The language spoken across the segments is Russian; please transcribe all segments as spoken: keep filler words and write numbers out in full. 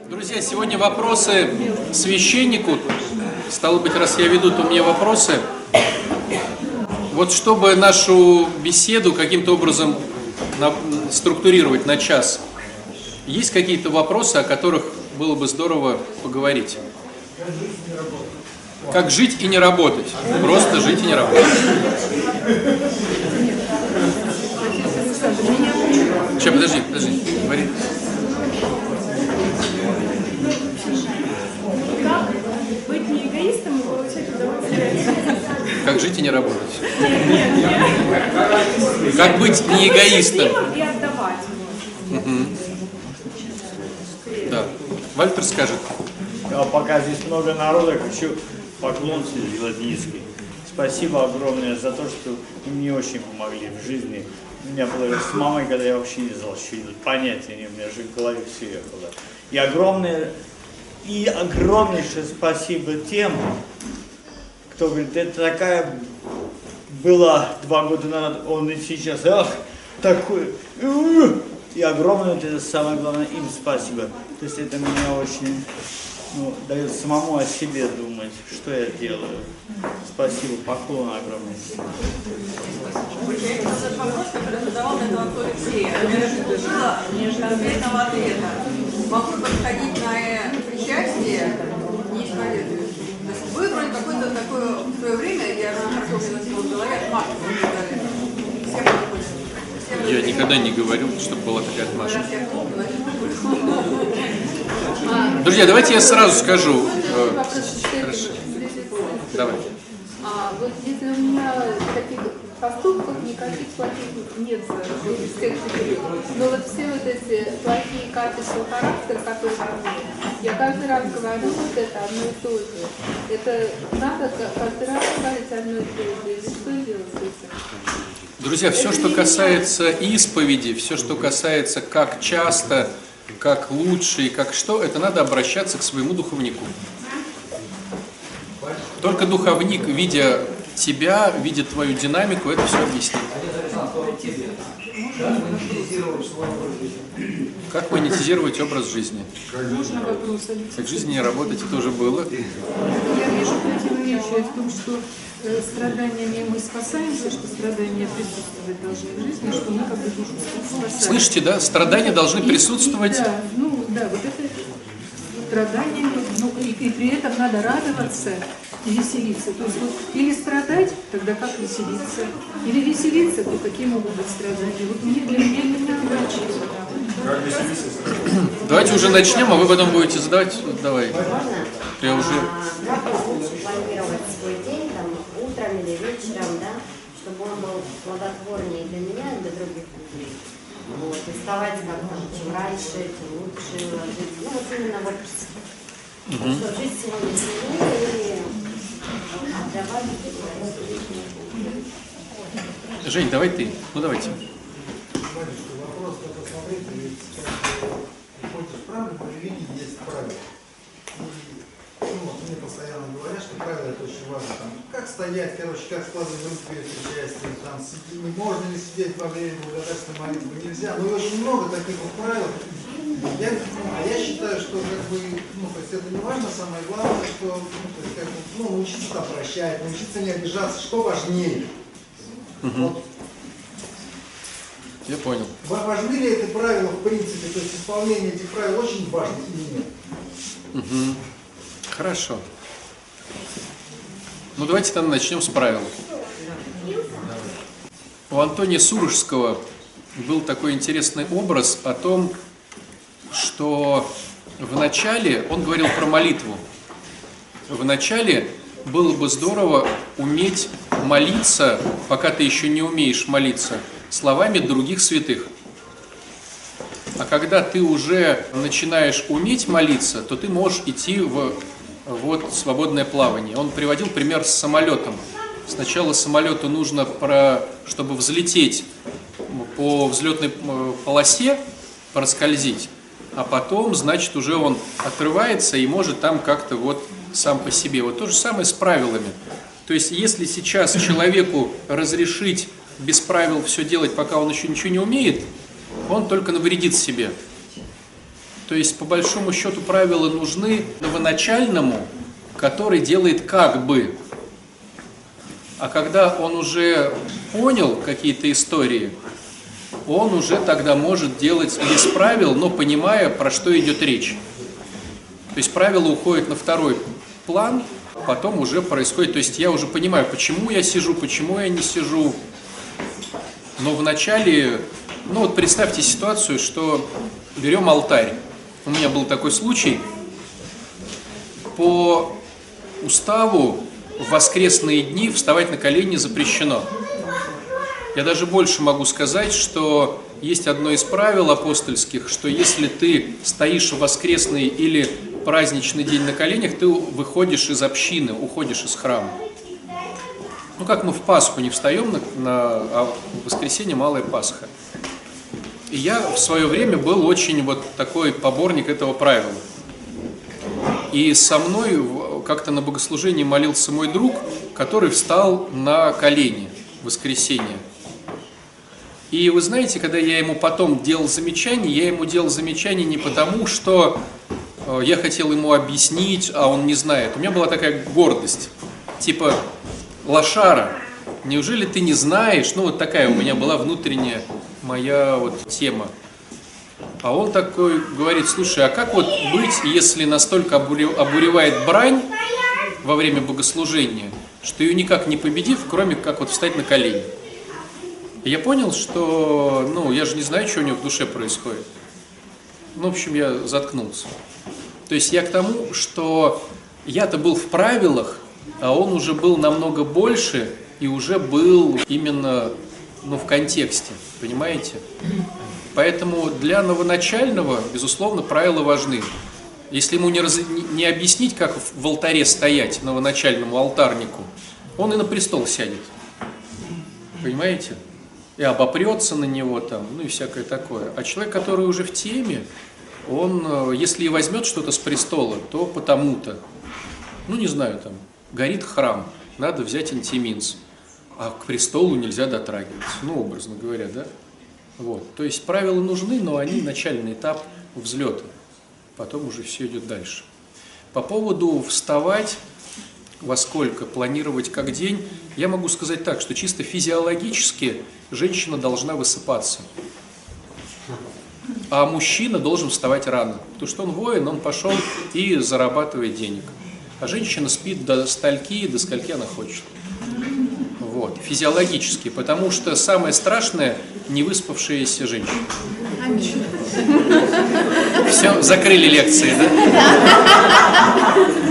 Друзья, сегодня вопросы священнику. Стало быть, раз я веду, то мне вопросы. Вот чтобы нашу беседу каким-то образом на, структурировать на час, есть какие-то вопросы, о которых было бы здорово поговорить? Как жить и не работать? Просто жить и не работать. Че, подожди, подожди, говори. Как быть не эгоистом и получать удовольствие? Как жить и не работать? Нет, нет. Как быть не эгоистом? И отдавать. Угу. Да. Вальтер скажет. А пока здесь много народа, хочу поклон сделать низкий. Спасибо огромное за то, что мне очень помогли в жизни. У меня было с мамой, когда я вообще не знал, что идут, понятия не, у меня же в голове все ехало. И огромное, и огромнейшее спасибо тем, кто говорит, это такая была два года назад, он и сейчас, ах, такой, и огромное, вот это самое главное, им спасибо. То есть это меня очень, ну, дает самому о себе думать, что я делаю. Спасибо, поклон огромный. Я этот вопрос, который задавал на этого Алексея, я не получила конкретного ответа. Могу подходить на причастие, не исповедуюсь. То есть выбрать какое-то такое в свое время, я хорошо у в голове, отмашку сказали. Всем всем Я никогда не говорил, чтобы была такая отмашка. Друзья, давайте я сразу скажу. Хорошо. Давай. А, вот если у меня таких поступков никаких плохих нет в всех четырех, но вот все вот эти плохие качества характера, которые во мне, я каждый раз говорю вот это одно и то же. Это надо каждый раз говорить одно и то же, или что делать с этим? Друзья, все, что касается исповеди, все, что касается как часто, как лучше и как что, это надо обращаться к своему духовнику. Только духовник, видя тебя, видя твою динамику, это все объяснит. Как монетизировать образ жизни? Можно вопрос? Как жизни не работать, это уже было. Я вижу противоречие в том, что э, страданиями мы спасаемся, что страдания присутствовать должны в жизни, что мы как бы душу спасаем. Слышите, да? Страдания должны И- присутствовать. И, да, ну да, вот это страдания, ну, и, и при этом надо радоваться и веселиться. То есть вот или страдать, тогда как веселиться, или веселиться, то какие могут быть страдания. Вот мне для меня не противоречие. Давайте уже начнем, а вы потом будете задавать. Давай. Я уже... Как лучше планировать свой день, там, утром или вечером, да, чтобы он был плодотворнее для меня и для других людей. Вот, и вставать как-то, чем раньше, тем лучше жить. Ну, вот именно вот, угу. Что жить сегодня сильнее и отдавать. Жень, давай ты. Ну, давайте. Вопрос, как посмотреть, ведь хоть в правильном поведении есть правила. Ну, вот мне постоянно говорят, что правила это очень важно. Там, как стоять, короче, как складывать руки перед причастием, там, сидеть, можно ли сидеть во время благодарственной молитвы, нельзя. Ну, и очень много таких вот правил. Я, а я считаю, что как бы, ну, то есть это не важно, самое главное, что, ну, то есть, как бы, ну, научиться там прощать, научиться не обижаться, что важнее. Угу. Вот. Я понял. Важны ли эти правила в принципе, то есть исполнение этих правил очень важно или нет? Угу. Хорошо. Ну давайте тогда начнем с правил. У Антония Сурожского был такой интересный образ о том, что в начале, он говорил про молитву, в начале было бы здорово уметь молиться, пока ты еще не умеешь молиться, словами других святых. А когда ты уже начинаешь уметь молиться, то ты можешь идти в вот, свободное плавание. Он приводил пример с самолетом. Сначала самолету нужно, про, чтобы взлететь по взлетной полосе, проскользить, а потом, значит, уже он отрывается и может там как-то вот сам по себе. Вот то же самое с правилами. То есть, если сейчас человеку разрешить без правил все делать, пока он еще ничего не умеет, он только навредит себе. То есть, по большому счету, правила нужны новоначальному, который делает как бы. А когда он уже понял какие-то истории, он уже тогда может делать без правил, но понимая, про что идет речь. То есть правила уходят на второй план, потом уже происходит, то есть я уже понимаю, почему я сижу, почему я не сижу. Но вначале, ну вот представьте ситуацию, что берем алтарь. У меня был такой случай. По уставу в воскресные дни вставать на колени запрещено. Я даже больше могу сказать, что есть одно из правил апостольских, что если ты стоишь в воскресный или праздничный день на коленях, ты выходишь из общины, уходишь из храма. Ну, как мы в Пасху не встаем, на, на, а в воскресенье Малая Пасха. И я в свое время был очень вот такой поборник этого правила. И со мной как-то на богослужении молился мой друг, который встал на колени в воскресенье. И вы знаете, когда я ему потом делал замечание, я ему делал замечание не потому, что я хотел ему объяснить, а он не знает. У меня была такая гордость, типа, лошара, неужели ты не знаешь? Ну, вот такая у меня была внутренняя моя вот тема. А он такой говорит: слушай, а как вот быть, если настолько обуревает брань во время богослужения, что ее никак не победив, кроме как вот встать на колени? И я понял, что, ну, я же не знаю, что у него в душе происходит. Ну, в общем, я заткнулся. То есть я к тому, что я-то был в правилах, а он уже был намного больше и уже был именно, ну, в контексте, понимаете? Поэтому для новоначального, безусловно, правила важны. Если ему не, раз... не объяснить, как в алтаре стоять новоначальному алтарнику, он и на престол сядет. Понимаете? И обопрется на него там, ну и всякое такое. А человек, который уже в теме, он, если и возьмет что-то с престола, то потому-то. Ну, не знаю, там, горит храм, надо взять антиминс, а к престолу нельзя дотрагиваться, ну, образно говоря, да? Вот. То есть правила нужны, но они начальный этап взлета, потом уже все идет дальше. По поводу вставать, во сколько, планировать как день, я могу сказать так, что чисто физиологически женщина должна высыпаться, а мужчина должен вставать рано, потому что он воин, он пошел и зарабатывает денег. А женщина спит до стольки, до скольки она хочет. Вот, физиологически, потому что самое страшное – невыспавшиеся женщины. Аминь. Все, закрыли лекции, да?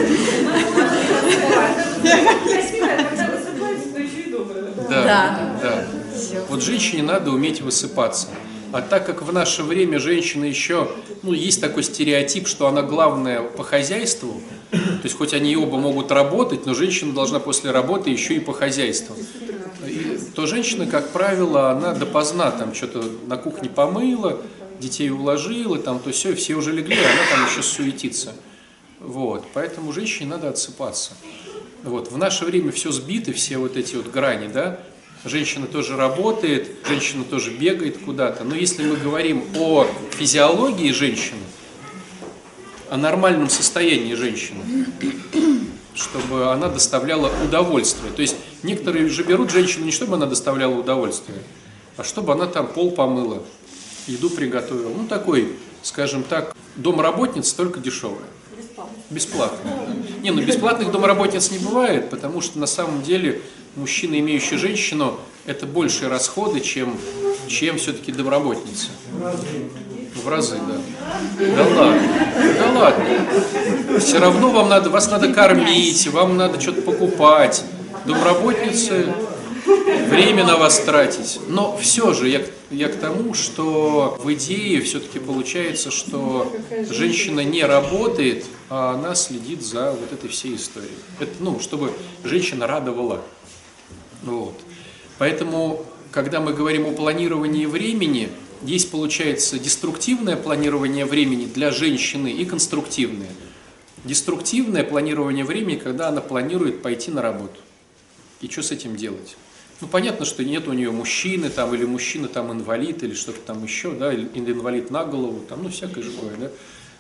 Да, да. Вот женщине надо уметь высыпаться. А так как в наше время женщина еще, ну, есть такой стереотип, что она главная по хозяйству, то есть хоть они оба могут работать, но женщина должна после работы еще и по хозяйству. И, то женщина, как правило, она допоздна там что-то на кухне помыла, детей уложила, там то все, все уже легли, а она там еще суетится. Вот, поэтому женщине надо отсыпаться. Вот, в наше время все сбито, все вот эти вот грани, да. Женщина тоже работает, женщина тоже бегает куда-то. Но если мы говорим о физиологии женщины, о нормальном состоянии женщины, чтобы она доставляла удовольствие. То есть некоторые же берут женщину не чтобы она доставляла удовольствие, а чтобы она там пол помыла, еду приготовила. Ну такой, скажем так, домработница, только дешевая. Бесплатно. Не, ну бесплатных домработниц не бывает, потому что на самом деле мужчина, имеющий женщину, это большие расходы, чем, чем все-таки домработница. В разы, да. Да ладно, да ладно. Все равно вам надо, вас надо кормить, вам надо что-то покупать. Домработницы время на вас тратить. Но все же я, я к тому, что в идее все-таки получается, что женщина не работает, а она следит за вот этой всей историей. Это, ну, чтобы женщина радовала. Вот. Поэтому, когда мы говорим о планировании времени, есть, получается, деструктивное планирование времени для женщины и конструктивное. Деструктивное планирование времени, когда она планирует пойти на работу. И что с этим делать? Ну, понятно, что нет у нее мужчины, там, или мужчина там инвалид, или что-то там еще, да, или инвалид на голову, там, ну, всякое такое, да.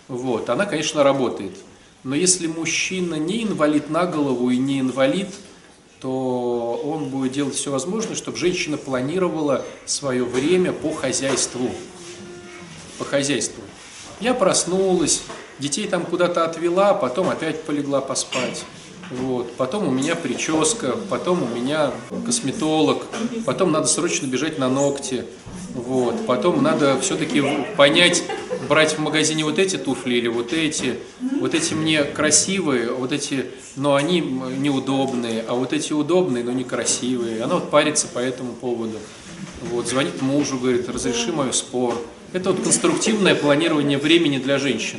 вот, она, конечно, работает. Но если мужчина не инвалид на голову и не инвалид, то он будет делать все возможное, чтобы женщина планировала свое время по хозяйству. По хозяйству. Я проснулась, детей там куда-то отвела, потом опять полегла поспать. Вот. Потом у меня прическа, потом у меня косметолог, потом надо срочно бежать на ногти. Вот. Потом надо все-таки понять, брать в магазине вот эти туфли или вот эти. Вот эти мне красивые, вот эти, но они неудобные, а вот эти удобные, но некрасивые. Она вот парится по этому поводу. Вот. Звонит мужу, говорит, разреши мой спор. Это вот конструктивное планирование времени для женщины.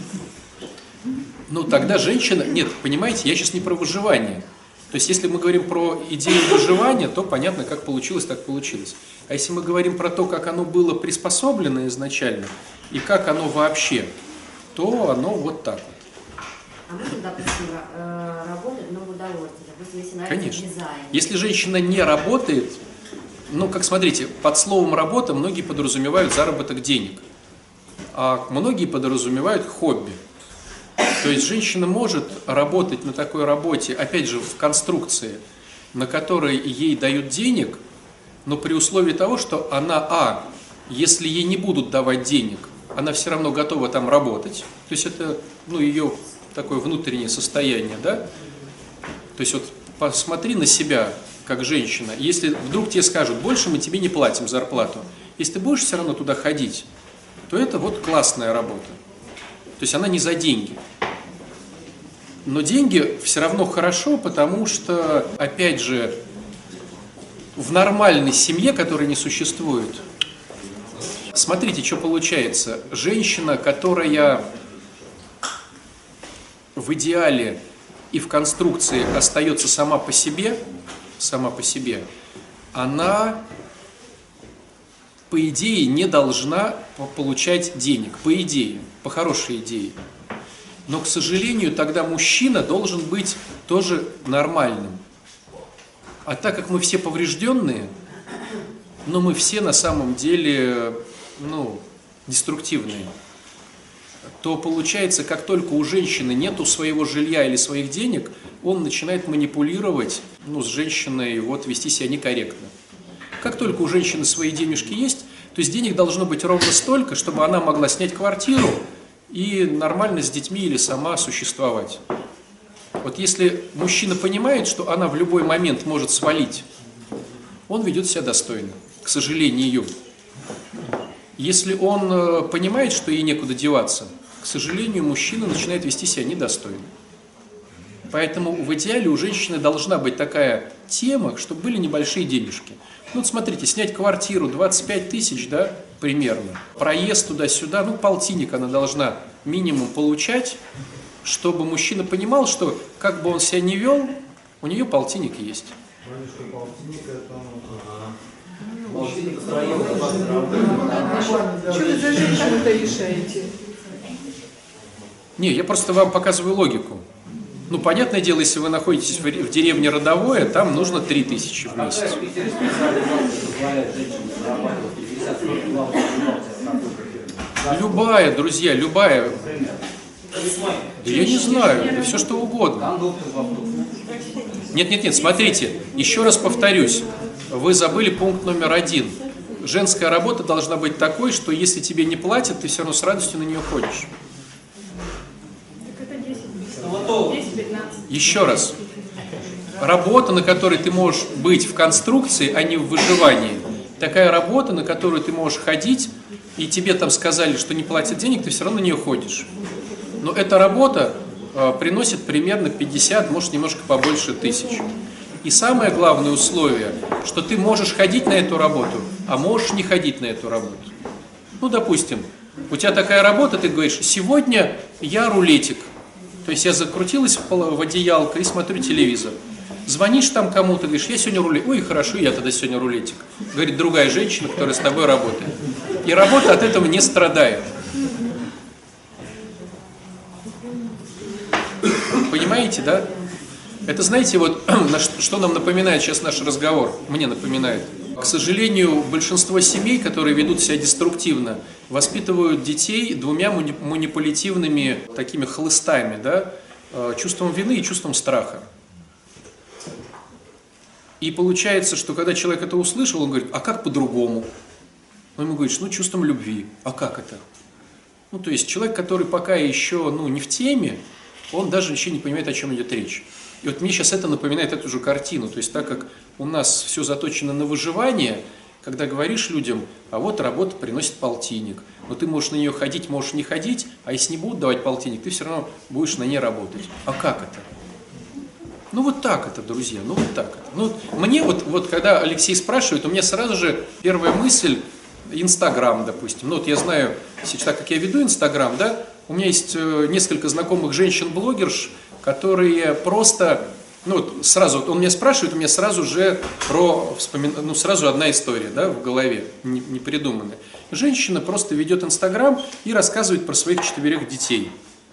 Ну, тогда женщина... Нет, понимаете, я сейчас не про выживание. То есть, если мы говорим про идею выживания, то понятно, как получилось, так получилось. А если мы говорим про то, как оно было приспособлено изначально, и как оно вообще, то оно вот так вот. А можно, допустим, работать, но в удовольствие? Допустим, если нравится Конечно. дизайн. Если женщина не работает, ну, как смотрите, под словом «работа» многие подразумевают заработок денег, а многие подразумевают хобби. То есть женщина может работать на такой работе, опять же, в конструкции, на которой ей дают денег, но при условии того, что она, а, если ей не будут давать денег, она все равно готова там работать, то есть это, ну, ее такое внутреннее состояние, да, то есть вот посмотри на себя, как женщина, если вдруг тебе скажут, больше мы тебе не платим зарплату, если ты будешь все равно туда ходить, то это вот классная работа, то есть она не за деньги. Но деньги все равно хорошо, потому что, опять же, в нормальной семье, которая не существует, смотрите, что получается. Женщина, которая в идеале и в конструкции остается сама по себе, сама по себе, она, по идее, не должна получать денег. По идее, по хорошей идее. Но, к сожалению, тогда мужчина должен быть тоже нормальным. А так как мы все поврежденные, но мы все на самом деле, ну, деструктивные, то получается, как только у женщины нету своего жилья или своих денег, он начинает манипулировать, ну, с женщиной, вот, вести себя некорректно. Как только у женщины свои денежки есть, то есть денег должно быть ровно столько, чтобы она могла снять квартиру и нормально с детьми или сама существовать. Вот если мужчина понимает, что она в любой момент может свалить, он ведет себя достойно, к сожалению. Если он понимает, что ей некуда деваться, к сожалению, мужчина начинает вести себя недостойно. Поэтому в идеале у женщины должна быть такая тема, чтобы были небольшие денежки. Ну вот смотрите, снять квартиру двадцать пять тысяч, да, примерно, проезд туда-сюда, ну полтинник она должна минимум получать, чтобы мужчина понимал, что как бы он себя не вел, у нее полтинник есть. Что вы за женщину-то решаете? Не, я просто вам показываю логику. Ну, понятное дело, если вы находитесь в деревне Родовое, там нужно три тысячи в месяц. Любая, друзья, любая. Да я не знаю, да все что угодно. Нет, нет, нет, смотрите, еще раз повторюсь, вы забыли пункт номер один. Женская работа должна быть такой, что если тебе не платят, ты все равно с радостью на нее ходишь. Еще раз. Работа, на которой ты можешь быть в конструкции, а не в выживании. Такая работа, на которую ты можешь ходить, и тебе там сказали, что не платят денег, ты все равно на нее ходишь. Но эта работа э, приносит примерно пятьдесят, может немножко побольше тысяч. И самое главное условие, что ты можешь ходить на эту работу, а можешь не ходить на эту работу. Ну, допустим, у тебя такая работа, ты говоришь, сегодня я рулетик. То есть я закрутилась в одеялко и смотрю телевизор. Звонишь там кому-то, говоришь, я сегодня рулетик. Ой, хорошо, я тогда сегодня рулетик. Говорит другая женщина, которая с тобой работает. И работа от этого не страдает. Понимаете, да? Это, знаете, вот что нам напоминает сейчас наш разговор, мне напоминает. К сожалению, большинство семей, которые ведут себя деструктивно, воспитывают детей двумя манипулятивными такими хлыстами, да? Чувством вины и чувством страха. И получается, что когда человек это услышал, он говорит, а как по-другому? Он ему говорит, ну, чувством любви. А как это? Ну, то есть человек, который пока еще, ну, не в теме, он даже еще не понимает, о чем идет речь. И вот мне сейчас это напоминает эту же картину. То есть так как у нас все заточено на выживание, когда говоришь людям, а вот работа приносит полтинник, но ты можешь на нее ходить, можешь не ходить, а если не будут давать полтинник, ты все равно будешь на ней работать. А как это? Ну вот так это, друзья, ну вот так это. Ну, мне вот, вот когда Алексей спрашивает, у меня сразу же первая мысль Инстаграм, допустим. Ну вот я знаю, сейчас, так как я веду Инстаграм, да, у меня есть несколько знакомых женщин-блогерш, которые просто, ну вот сразу, он меня спрашивает, у меня сразу же про, вспомин... ну сразу одна история, да, в голове, не, не придуманная. Женщина просто ведет Инстаграм и рассказывает про своих четырех детей.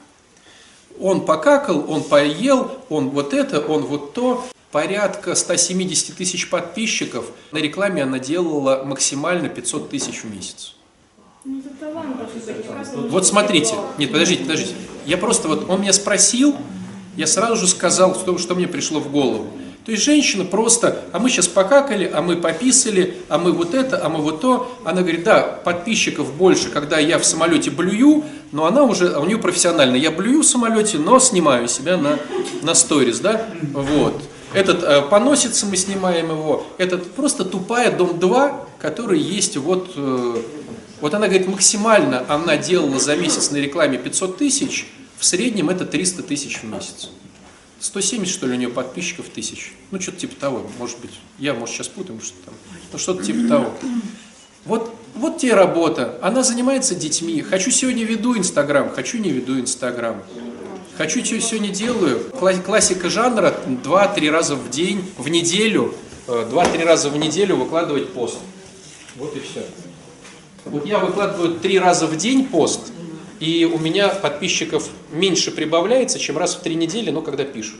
Он покакал, он поел, он вот это, он вот то. Порядка ста семидесяти тысяч подписчиков. На рекламе она делала максимально пятьсот тысяч в месяц. Ну, это талант должен быть. Вот смотрите, нет, подождите, подождите. Я просто вот, он меня спросил, я сразу же сказал, что, что мне пришло в голову. То есть женщина просто, а мы сейчас покакали, а мы пописали, а мы вот это, а мы вот то. Она говорит, да, подписчиков больше, когда я в самолете блюю, но она уже, а у нее профессионально. Я блюю в самолете, но снимаю себя на, на сторис, да, вот. Этот э, поносится, мы снимаем его. Этот просто тупая дом два, который есть вот... Э, вот она говорит, максимально она делала за месяц на рекламе пятьсот тысяч, в среднем это триста тысяч в месяц. сто семьдесят, что ли, у нее подписчиков тысяч. Ну, что-то типа того, может быть. Я, может, сейчас путаю, что там. Ну, что-то типа того. Вот, вот тебе работа. Она занимается детьми. Хочу сегодня веду Инстаграм, хочу не веду Инстаграм. Хочу, что сегодня делаю. Классика жанра два-три раза в день, в неделю, два-три раза в неделю выкладывать пост. Вот и все. Вот я выкладываю три раза в день пост, и у меня подписчиков меньше прибавляется, чем раз в три недели, но когда пишут.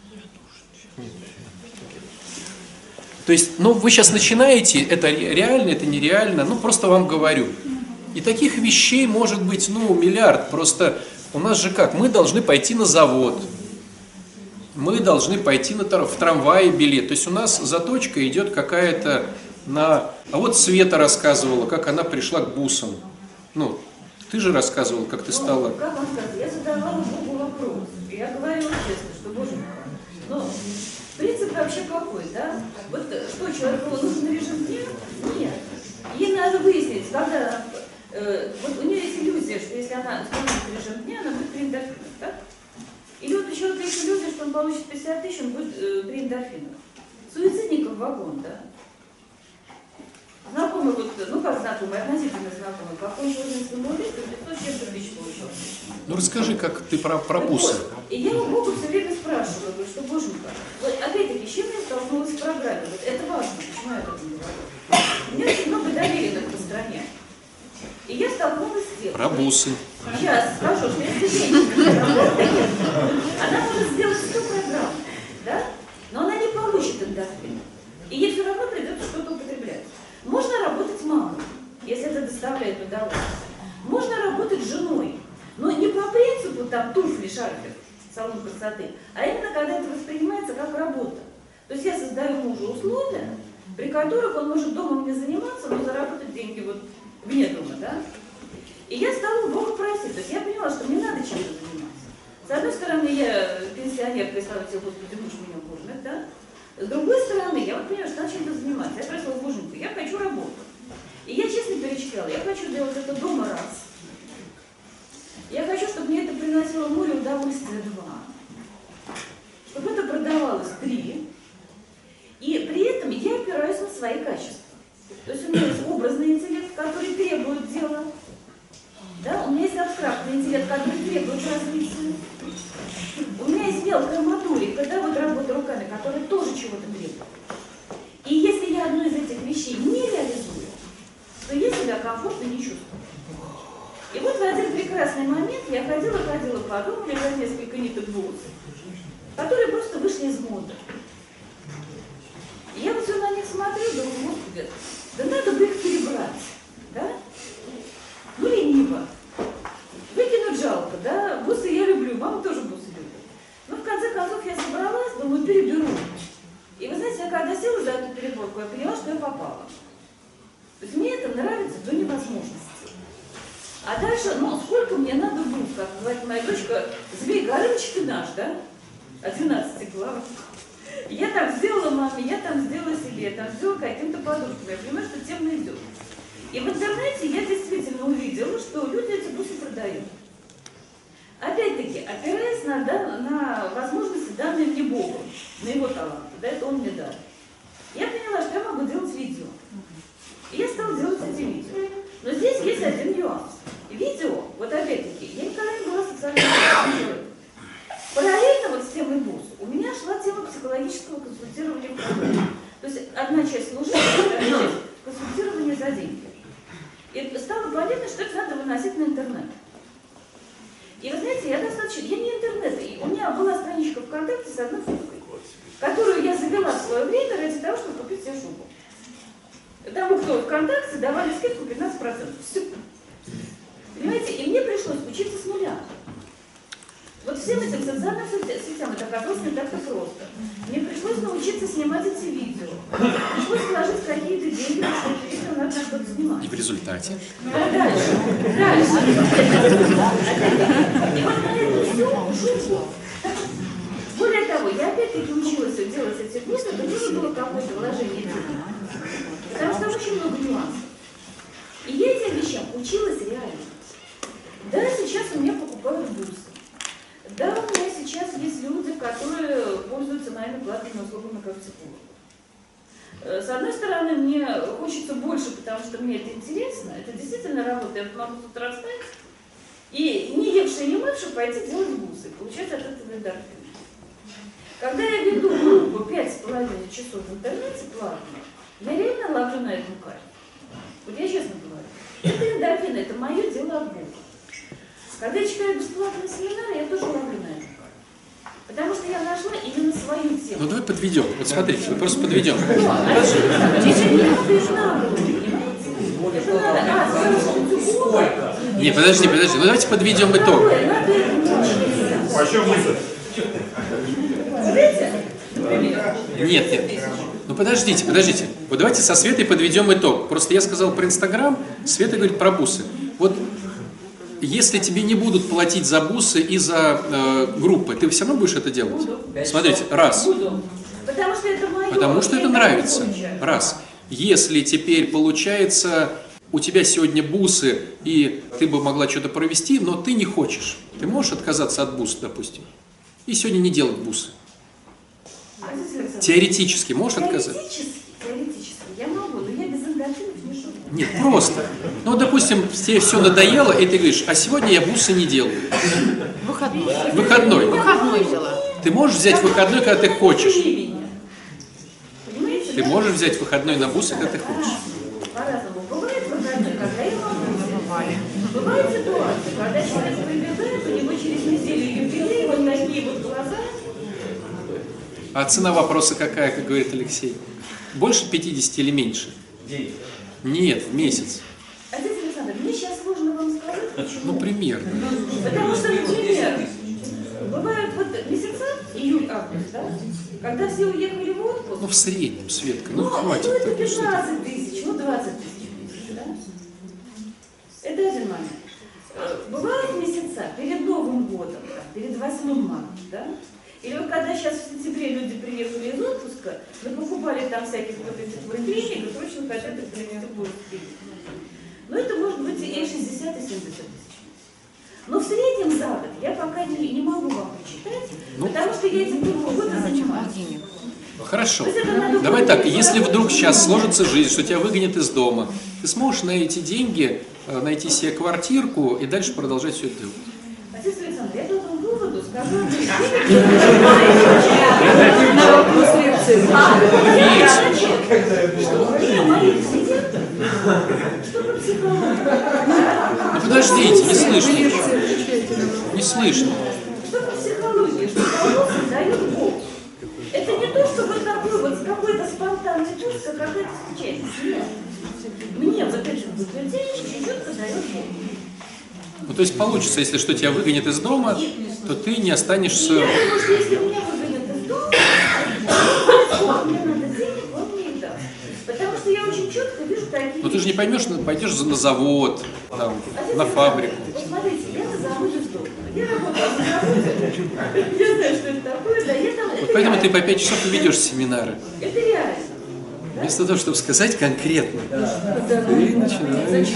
То есть, ну, вы сейчас начинаете, это реально, это нереально, ну, просто вам говорю. И таких вещей может быть, ну, миллиард. Просто у нас же как, мы должны пойти на завод, мы должны пойти на, в трамвае билет. То есть у нас заточка идет какая-то на... А вот Света рассказывала, как она пришла к бусам. Ну, ты же рассказывала, как ты стала... Ну, как вам сказать, я задавала Богу вопрос. И я говорила честно, что, Боже мой, ну, принцип вообще какой, да? Вот что, человеку нужен режим дня? Нет. Ей надо выяснить, когда... Э, вот у нее есть иллюзия, что если она установит режим дня, она будет при эндорфинах, так? Или вот у человека есть иллюзия, что он получит пятьдесят тысяч, он будет э, при эндорфинах. Суицидников вагон, да? Знакомый, вот, ну как знакомый, относительно знакомый, какой-нибудь ужинский молитв, пятьсот чем-то тысяч получил. Ну расскажи, как ты про, про бусы. Вот. И я у Бога все время спрашиваю, говорю, что, Боже мой, вот опять-таки, с чем я столкнулась в программе? Вот это важно, почему я так говорю. У меня очень много доверенных по стране. И я столкнулась с тем. Про бусы. Сейчас скажу, что если женщина работает, она может сделать всю программу, да? Но она не получит эндорфин. И ей все равно придется что-то употреблять. Можно работать мамой, если это доставляет удовольствие. Можно работать женой, но не по принципу там туфли, шарфик, салон красоты, а именно когда это воспринимается как работа. То есть я создаю мужу условия, при которых он может дома мне заниматься, но заработать деньги вот вне дома, да? И я стала у Бога просить, то есть я поняла, что мне надо чем-то заниматься. С одной стороны, я пенсионерка, и слава тебе, Господи, муж меня кормит, да? С другой стороны, я вот понимаю, что надо чем-то заниматься. Я спросила Боженьку, я хочу работать. И я честно перечисляла, я хочу делать это дома раз. Я хочу, чтобы мне это приносило море удовольствия два. Чтобы это продавалось три. И при этом я опираюсь на свои качества. То есть у меня есть образный интеллект, который требует дела. Да? У меня есть абстрактный интеллект, который требует развития. У меня есть мелкая моторика, да, вот работа руками, которая тоже чего-то требует. И если я одну из этих вещей не реализую, то я себя комфортно не чувствую. И вот в один прекрасный момент я ходила-ходила по дому, лежат несколько ниток бус, которые просто вышли из моды. И я вот все на них смотрю, думаю, говорят, да надо бы их перебрать, да? Ну, лениво. Выкинуть жалко, да? Бусы я люблю, мама тоже бусы любит. Но в конце концов я собралась, думаю, переберу. И вы знаете, я когда села за эту переборку, я поняла, что я попала. То есть мне это нравится до невозможности. А дальше, ну, сколько мне надо бус, как говорит моя дочка, Змей Горыныч ты наш, да? одиннадцати глав. Я там сделала маме, я там сделала себе, я там сделала каким-то подружкам. Я понимаю, что тема идет. И в интернете я действительно увидела, что люди эти бусы продают. Опять-таки, опираясь на, да, на возможности, данные мне Богом, на его таланты, да, это он мне дал. Я поняла, что я могу делать видео. И я стала делать эти видео. Но здесь есть один нюанс. Видео, вот опять-таки, я никогда не была социальной человеком. Параллельно вот с темой бус у меня шла тема психологического консультирования в продукте. То есть одна часть служения, вторая часть консультирования за деньги. И стало понятно, что это надо выносить на интернет. И вы знаете, я достаточно, я не интернет, и у меня была страничка ВКонтакте с одной фоткой, которую я завела в свое время ради того, чтобы купить себе шубу. Тому, кто ВКонтакте, давали скидку пятнадцать процентов. Все. Понимаете, и мне пришлось учиться с нуля. Вот всем этим социальным сетям это оказалось не так-то просто. Мне пришлось научиться снимать эти видео. Пришлось вложить какие-то деньги, потому что видео надо что-то снимать. И в результате? Да, дальше. Дальше. И вот на это все ушло. Более того, я опять-таки училась делать эти курсы, это тоже было какое-то вложение денег. Потому что там очень много нюансов. И я этим вещам училась реально. Да, сейчас у меня покупают бусы. Да, у меня сейчас есть люди, которые пользуются моими платными услугами как психолог. С одной стороны, мне хочется больше, потому что мне это интересно. Это действительно работа. Я могу с утра встать и не евший, не мывший пойти делать бусы, получать от этого эндорфин. Когда я веду группу пять с половиной часов в интернете платно, я реально ловлю на этом кайф. Вот я честно говорю. Это эндорфин, это мое дело от Бога. Когда я читаю бесплатные семинары, я тоже ловлю на этом. Потому что я нашла именно свою тему. Ну давай подведем. Вот смотрите, мы просто подведем. Не, подожди, подожди. Ну давайте подведем итог. Почем мысль? Нет, нет. Ну подождите, подождите. Вот давайте со Светой подведем итог. Просто я сказал про Инстаграм, Света говорит про бусы. Вот если тебе не будут платить за бусы и за э, группы, ты все равно будешь это делать? Буду. Смотрите, раз. Буду. Потому что это мое. Потому что это нравится. Раз. Если теперь получается, у тебя сегодня бусы, и ты бы могла что-то провести, но ты не хочешь. Ты можешь отказаться от бус, допустим, и сегодня не делать бусы? Теоретически можешь отказаться? Теоретически, теоретически я могу, но я без эндорфинов не живу. Нет, просто. Ну, допустим, тебе все надоело, и ты говоришь, а сегодня я бусы не делаю. Выходной. Выходной. Выходной взяла. Ты можешь взять выходной, когда ты хочешь. Понимаете, Ты да? можешь взять выходной на бусы, когда ты хочешь. По-разному. Бывает выходной, когда я могу. Бывает ситуация, когда человек прибегает, у него через неделю юбилей, вот такие вот глаза. А цена вопроса какая, как говорит Алексей? Больше пятидесяти или меньше? Нет, в месяц. Отец Александр, мне сейчас сложно вам сказать, почему. Ну, примерно. Потому что, например, бывают вот месяца, июль-август, да, когда все уехали в отпуск. Ну, в среднем, Светка, ну, Ну, хватит. ну это так, ну, что ты. пятнадцать тысяч, ну двадцать тысяч в месяц, да? Это один момент. Э, Бывают месяца перед Новым годом, там, перед восьмым марта, да? Или вот когда сейчас в сентябре люди приехали из отпуска, мы покупали там всяких вот этих витринок и срочно хотят их привезти в город. Ну это может быть и шестьдесят, и семьдесят тысяч. Но в среднем за год я пока не, не могу вам прочитать, Ну, потому что я этим полгода занимаюсь. Хорошо. Давай так, если вдруг сейчас сложится жизнь, что тебя выгонят из дома, ты сможешь на эти деньги э, найти себе квартирку и дальше продолжать все это делать. Отец Александр, я по этому поводу скажу одну вещь. На вопрос лекции. Ну подождите, не слышно. Не слышно. Что по психологии, что вопросы дает Бог. Это не то, что вот такой вот с какой какой-то спонтанный чувство, какая-то случайность. Нет. Мне вот это заключение четко дает Бог. Ну, то есть получится, если что тебя выгонят из дома, то ты не останешься... Я думаю, что если меня выгонят из дома, то мне надо денег, он мне их даст. Потому что я очень четко вижу такие... Но ты же не поймешь, пойдешь на завод, там, на фабрику. Вот смотрите, я на заводе сдохла. Я работала на заводе. Я знаю, что это такое, да, я там... Вот поэтому ты по пять часов и ведешь семинары. Это реально. Вместо того, чтобы сказать конкретно, ты начинаешь...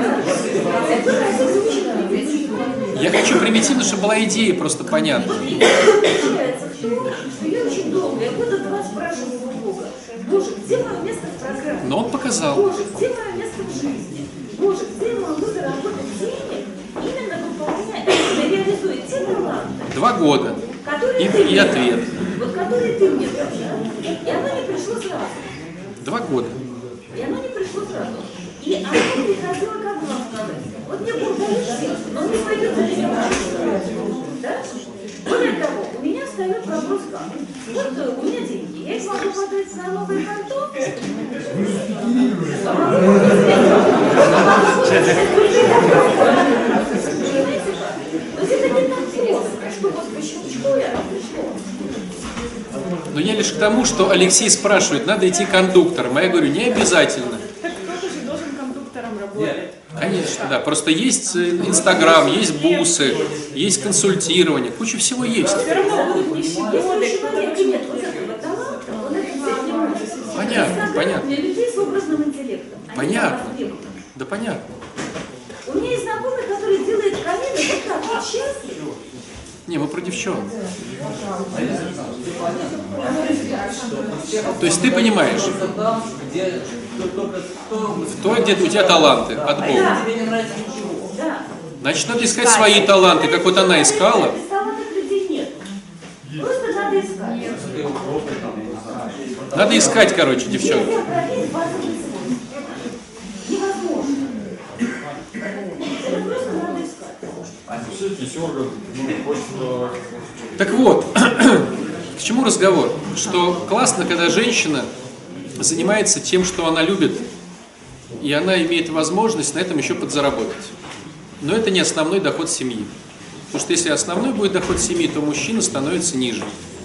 Я хочу примитивно, чтобы была идея просто понятна. Получается в том, что я очень долго, я года два спрашивала у Бога: Боже, где мое место в программе? Но он показал. Боже, где мое место в жизни? Боже, где я могу заработать денег, именно выполняя, реализуя те таланты, Два года. которые И, ты и мне ответ. дал. Вот которые ты мне дал, да? И оно не пришло сразу. Два года. И оно не пришло сразу. И оно приходило, как вам сказать. Вот мне Бог дает все, но он не пойдет за меня. Да? Более того, у меня встает вопрос как. Вот у меня деньги, я их могу потратить на новое конто. Но это не так просто, что вот по щелчку я пришло. Но я лишь к тому, что Алексей спрашивает, надо идти кондуктором. А я говорю, не обязательно. Так кто-то же должен кондуктором работать. Конечно, да. Просто есть Инстаграм, есть бусы, есть консультирование, куча всего есть. Все равно будут нищеброды. Если у человека нет вот этого таланта, он это взять не может. Понятно, понятно. Для людей с образным интеллектом. Они Понятно. там востребованы. Да понятно. У меня есть знакомый, который делает камины вот так вот счастлив. Не, мы про девчонок. То есть ты понимаешь, в той, где у тебя таланты от Бога. Да. Значит, надо искать свои таланты, как вот она искала. Без талантов людей нет. Просто надо искать. Надо искать, короче, девчонок. Нельзя проверить базовый свой. Невозможно. Это просто надо искать. Так вот, к чему разговор? Что классно, когда женщина занимается тем, что она любит, и она имеет возможность на этом еще подзаработать. Но это не основной доход семьи. Потому что если основной будет доход семьи, то мужчина становится ниже.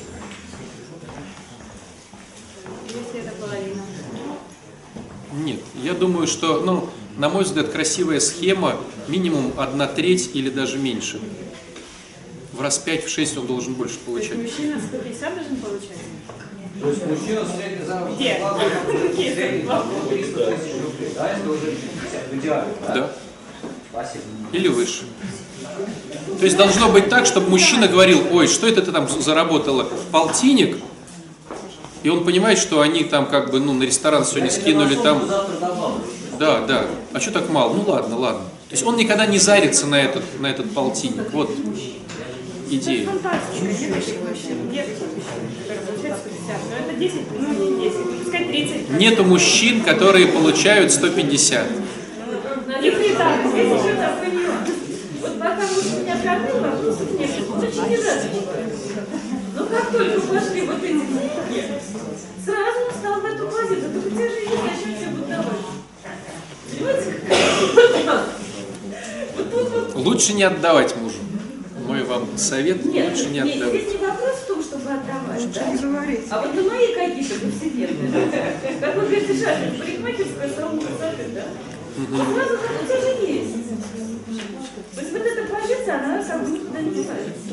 Если это половина. Нет, я думаю, что, ну, на мой взгляд, красивая схема минимум одна треть или даже меньше. В раз пять, в шесть он должен больше То есть получать. мужчина сто пятьдесят должен получать? То есть мужчина средний заработок Где? триста тысяч рублей, да, это уже пятьдесят, в идеале, да? Да. Спасибо. Или выше. То есть должно быть так, чтобы мужчина говорил, ой, что это ты там заработала? Полтинник? И он понимает, что они там как бы, ну, на ресторан сегодня скинули там... Да, да. А что так мало? Ну ладно, ладно. То есть он никогда не зарится на этот, на этот полтинник. Вот идея. Это фантастика. Нет таких мужчин. Нет таких мужчин, которые получают сто пятьдесят. Но это десять, ну не десять, пускай тридцать. Нету мужчин, которые получают сто пятьдесят. Их не так. Здесь еще такой нюанс. Вот пока муж меня кормил, вопросов не было. Он очень недостаточно. Но как только пошли вот эти деньги, сразу он стал в эту позицию. Только те же есть, зачем все бытовать? Понимаете, какая? Вот тут вот. Лучше не отдавать мужу. Мой вам совет, Нет, лучше не нет, отдавать. здесь не вопрос в том, чтобы отдавать, да? А вот на мои какие-то повседневные, как вы говорите, шашки, парикмахерская, салон красоты, да? Вот сразу как у тебя же есть. То есть вот эта позиция, она как бы никуда не девается.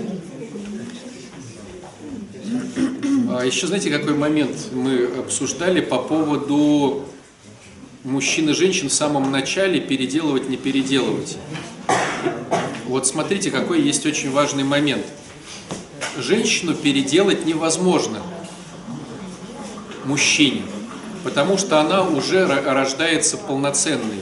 А еще знаете, какой момент мы обсуждали по поводу мужчин и женщин в самом начале, переделывать, не переделывать. Вот смотрите, какой есть очень важный момент. Женщину переделать невозможно мужчине, потому что она уже рождается полноценной.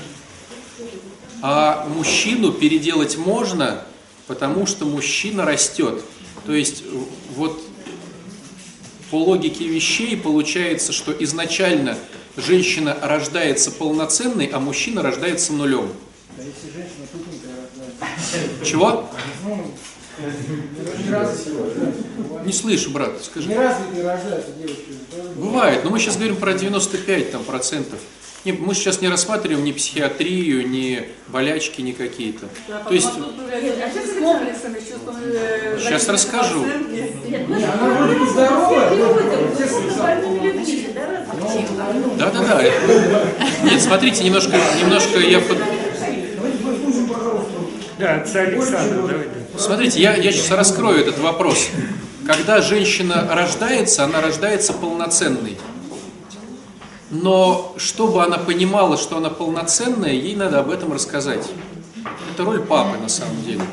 А мужчину переделать можно, потому что мужчина растет. То есть вот по логике вещей получается, что изначально женщина рождается полноценной, а мужчина рождается нулем. Чего? Не слышу, брат, скажи. Неразвитые рождаются девочки. Бывает, но мы сейчас говорим про девяносто пять там, процентов. Не, мы сейчас не рассматриваем ни психиатрию, ни болячки, ни какие-то. Да, То есть, с комплексами, с чувством, э, сейчас расскажу. Она вроде бы здоровая, Да-да-да. Нет, смотрите, немножко, немножко я... Под... Да, отца Александра, давайте. Смотрите, я, я сейчас раскрою этот вопрос. Когда женщина рождается, она рождается полноценной. Но чтобы она понимала, что она полноценная, ей надо об этом рассказать. Это роль папы на самом деле.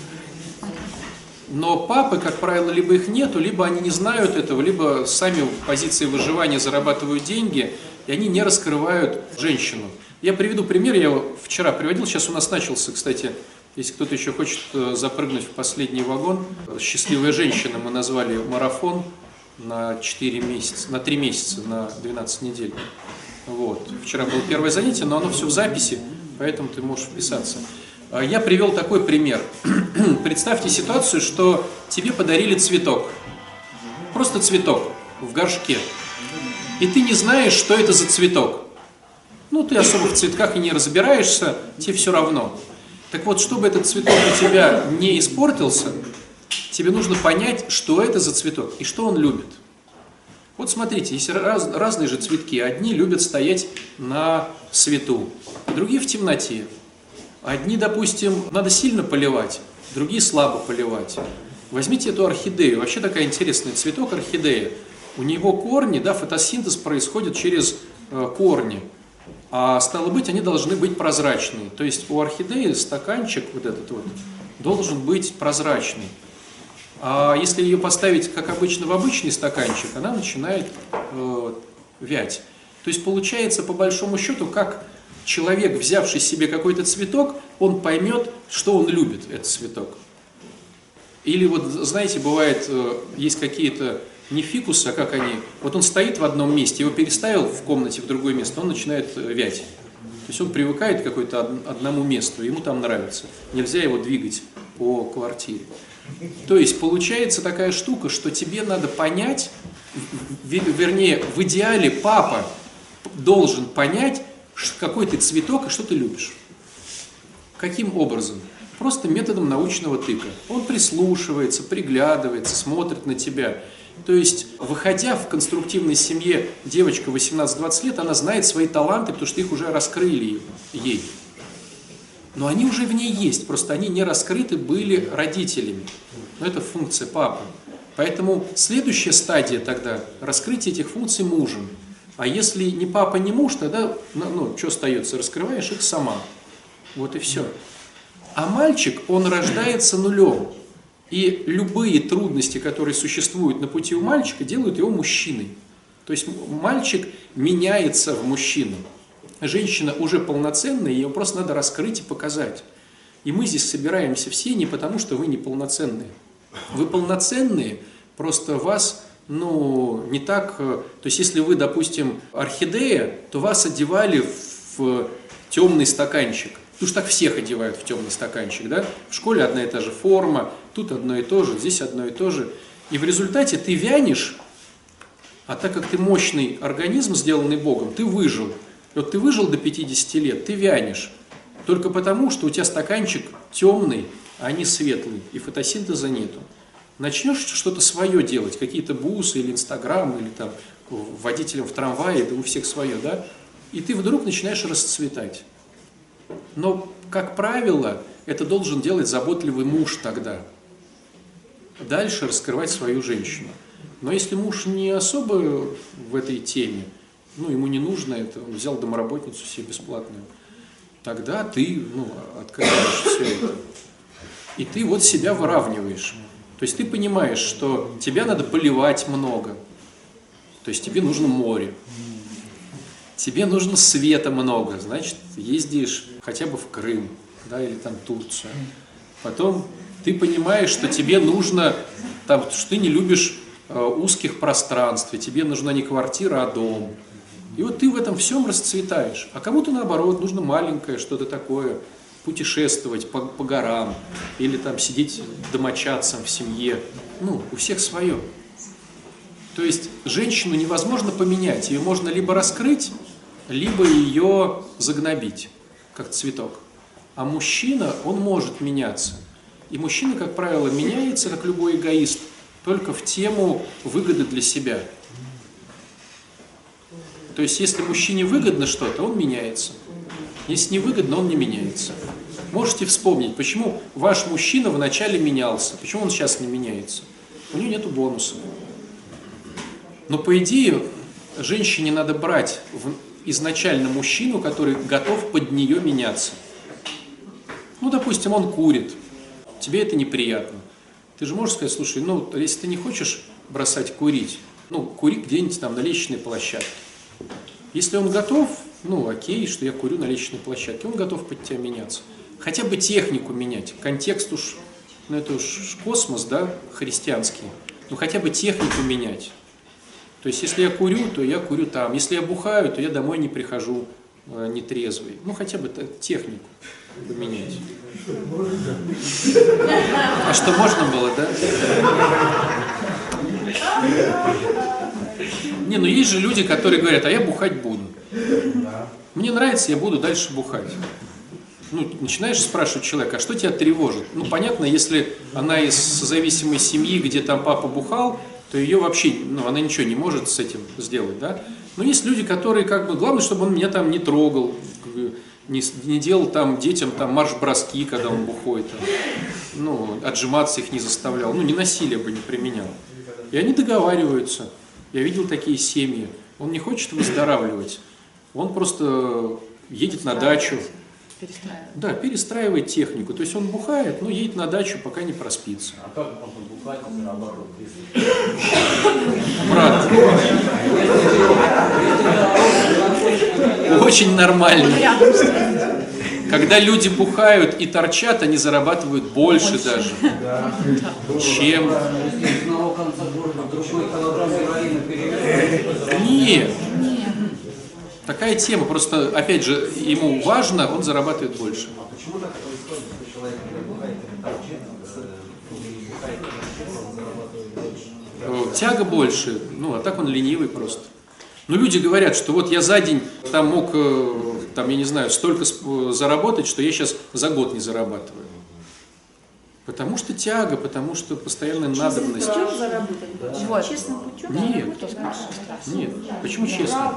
Но папы, как правило, либо их нету, либо они не знают этого, либо сами в позиции выживания зарабатывают деньги, и они не раскрывают женщину. Я приведу пример, я его вчера приводил, сейчас у нас начался, кстати, если кто-то еще хочет запрыгнуть в последний вагон, «Счастливая женщина» мы назвали марафон на четыре месяца, на три месяца, на двенадцать недель. Вот. Вчера было первое занятие, но оно все в записи, поэтому ты можешь вписаться. Я привел такой пример. Представьте ситуацию, что тебе подарили цветок. Просто цветок в горшке. И ты не знаешь, что это за цветок. Ну, ты особо в цветках и не разбираешься, тебе все равно. Так вот, чтобы этот цветок у тебя не испортился, тебе нужно понять, что это за цветок и что он любит. Вот смотрите, есть раз, разные же цветки. Одни любят стоять на свету, другие в темноте. Одни, допустим, надо сильно поливать, другие слабо поливать. Возьмите эту орхидею. Вообще такая интересная цветок орхидея. У него корни, да, фотосинтез происходит через э, корни. А стало быть, они должны быть прозрачные. То есть у орхидеи стаканчик вот этот вот должен быть прозрачный. А если ее поставить, как обычно, в обычный стаканчик, она начинает э, вять. То есть получается, по большому счету, как человек, взявший себе какой-то цветок, он поймет, что он любит, этот цветок. Или вот, знаете, бывает, э, есть какие-то не фикусы, а как они, вот он стоит в одном месте, его переставил в комнате в другое место, он начинает вять. То есть он привыкает к какой-то одному месту, ему там нравится. Нельзя его двигать по квартире. То есть получается такая штука, что тебе надо понять, вернее, в идеале папа должен понять, какой ты цветок и что ты любишь. Каким образом? Просто методом научного тыка. Он прислушивается, приглядывается, смотрит на тебя. То есть, выходя в конструктивной семье, девочка восемнадцать-двадцать лет, она знает свои таланты, потому что их уже раскрыли ей. Но они уже в ней есть, просто они не раскрыты были родителями. Но это функция папы. Поэтому следующая стадия тогда – раскрытие этих функций мужем. А если ни папа, ни муж, тогда, ну, ну что остается, раскрываешь их сама. Вот и все. А мальчик, он рождается нулем. И любые трудности, которые существуют на пути у мальчика, делают его мужчиной. То есть мальчик меняется в мужчину. Женщина уже полноценная, ее просто надо раскрыть и показать. И мы здесь собираемся все не потому, что вы неполноценные. Вы полноценные, просто вас, ну, не так... То есть если вы, допустим, орхидея, то вас одевали в темный стаканчик. Потому что так всех одевают в темный стаканчик, да? В школе одна и та же форма, тут одно и то же, здесь одно и то же. И в результате ты вянешь, а так как ты мощный организм, сделанный Богом, ты выжил. И вот ты выжил до пятидесяти лет, ты вянешь. Только потому, что у тебя стаканчик темный, а не светлый, и фотосинтеза нету. Начнешь что-то свое делать, какие-то бусы или инстаграм, или там водителем в трамвае, да у всех свое, да? И ты вдруг начинаешь расцветать. Но, как правило, это должен делать заботливый муж тогда. Дальше раскрывать свою женщину. Но если муж не особо в этой теме, ну, ему не нужно это, он взял домработницу себе бесплатную, тогда ты, ну, открываешь все это. И ты вот себя выравниваешь. То есть ты понимаешь, что тебя надо поливать много. То есть тебе нужно море. Тебе нужно света много, значит, ездишь хотя бы в Крым, да, или там Турцию. Потом ты понимаешь, что тебе нужно, там, что ты не любишь э, узких пространств, и тебе нужна не квартира, а дом. И вот ты в этом всем расцветаешь. А кому-то, наоборот, нужно маленькое, что-то такое, путешествовать по, по горам или там сидеть домочадцем в семье. Ну, у всех свое. То есть женщину невозможно поменять, ее можно либо раскрыть, либо ее загнобить, как цветок. А мужчина, он может меняться. И мужчина, как правило, меняется, как любой эгоист, только в тему выгоды для себя. То есть, если мужчине выгодно что-то, он меняется. Если не выгодно, он не меняется. Можете вспомнить, почему ваш мужчина вначале менялся, почему он сейчас не меняется. У него нету бонусов. Но по идее, женщине надо брать изначально мужчину, который готов под нее меняться. Ну, допустим, он курит, тебе это неприятно. Ты же можешь сказать, слушай, ну, если ты не хочешь бросать курить, ну, кури где-нибудь там на лестничной площадке. Если он готов, ну, окей, что я курю на лестничной площадке, он готов под тебя меняться. Хотя бы технику менять, контекст уж, ну, это уж космос, да, христианский, ну, хотя бы технику менять. То есть, если я курю, то я курю там. Если я бухаю, то я домой не прихожу э, нетрезвый. Ну, хотя бы технику поменять. А что, можно было, да? Не, ну есть же люди, которые говорят, а я бухать буду. Мне нравится, я буду дальше бухать. Ну, начинаешь спрашивать человека, а что тебя тревожит? Ну, понятно, если она из созависимой семьи, где там папа бухал, то ее вообще, ну, она ничего не может с этим сделать, да? Но есть люди, которые, как бы, главное, чтобы он меня там не трогал, не, не делал там детям там марш-броски, когда он бухой, там, ну, отжиматься их не заставлял, ну, не насилие бы не применял. И они договариваются. Я видел такие семьи. Он не хочет выздоравливать, он просто едет на дачу. Перестраивает. Да, перестраивает технику. То есть он бухает, но едет на дачу, пока не проспится. А как он бухает и зарабатывает? Брат. Очень нормально. Когда люди бухают и торчат, они зарабатывают больше, больше. даже, да. чем... Нет. Такая тема, просто, опять же, ему важно, он зарабатывает больше. А почему так происходит, что человек не бухает или торчит, зарабатывает больше? Тяга больше, ну, а так он ленивый просто. Но люди говорят, что вот я за день там мог, там, я не знаю, столько заработать, что я сейчас за год не зарабатываю. Потому что тяга, потому что постоянная надобность. Честным заработать? Вот. Честным путем? Нет. Нет. Почему честно?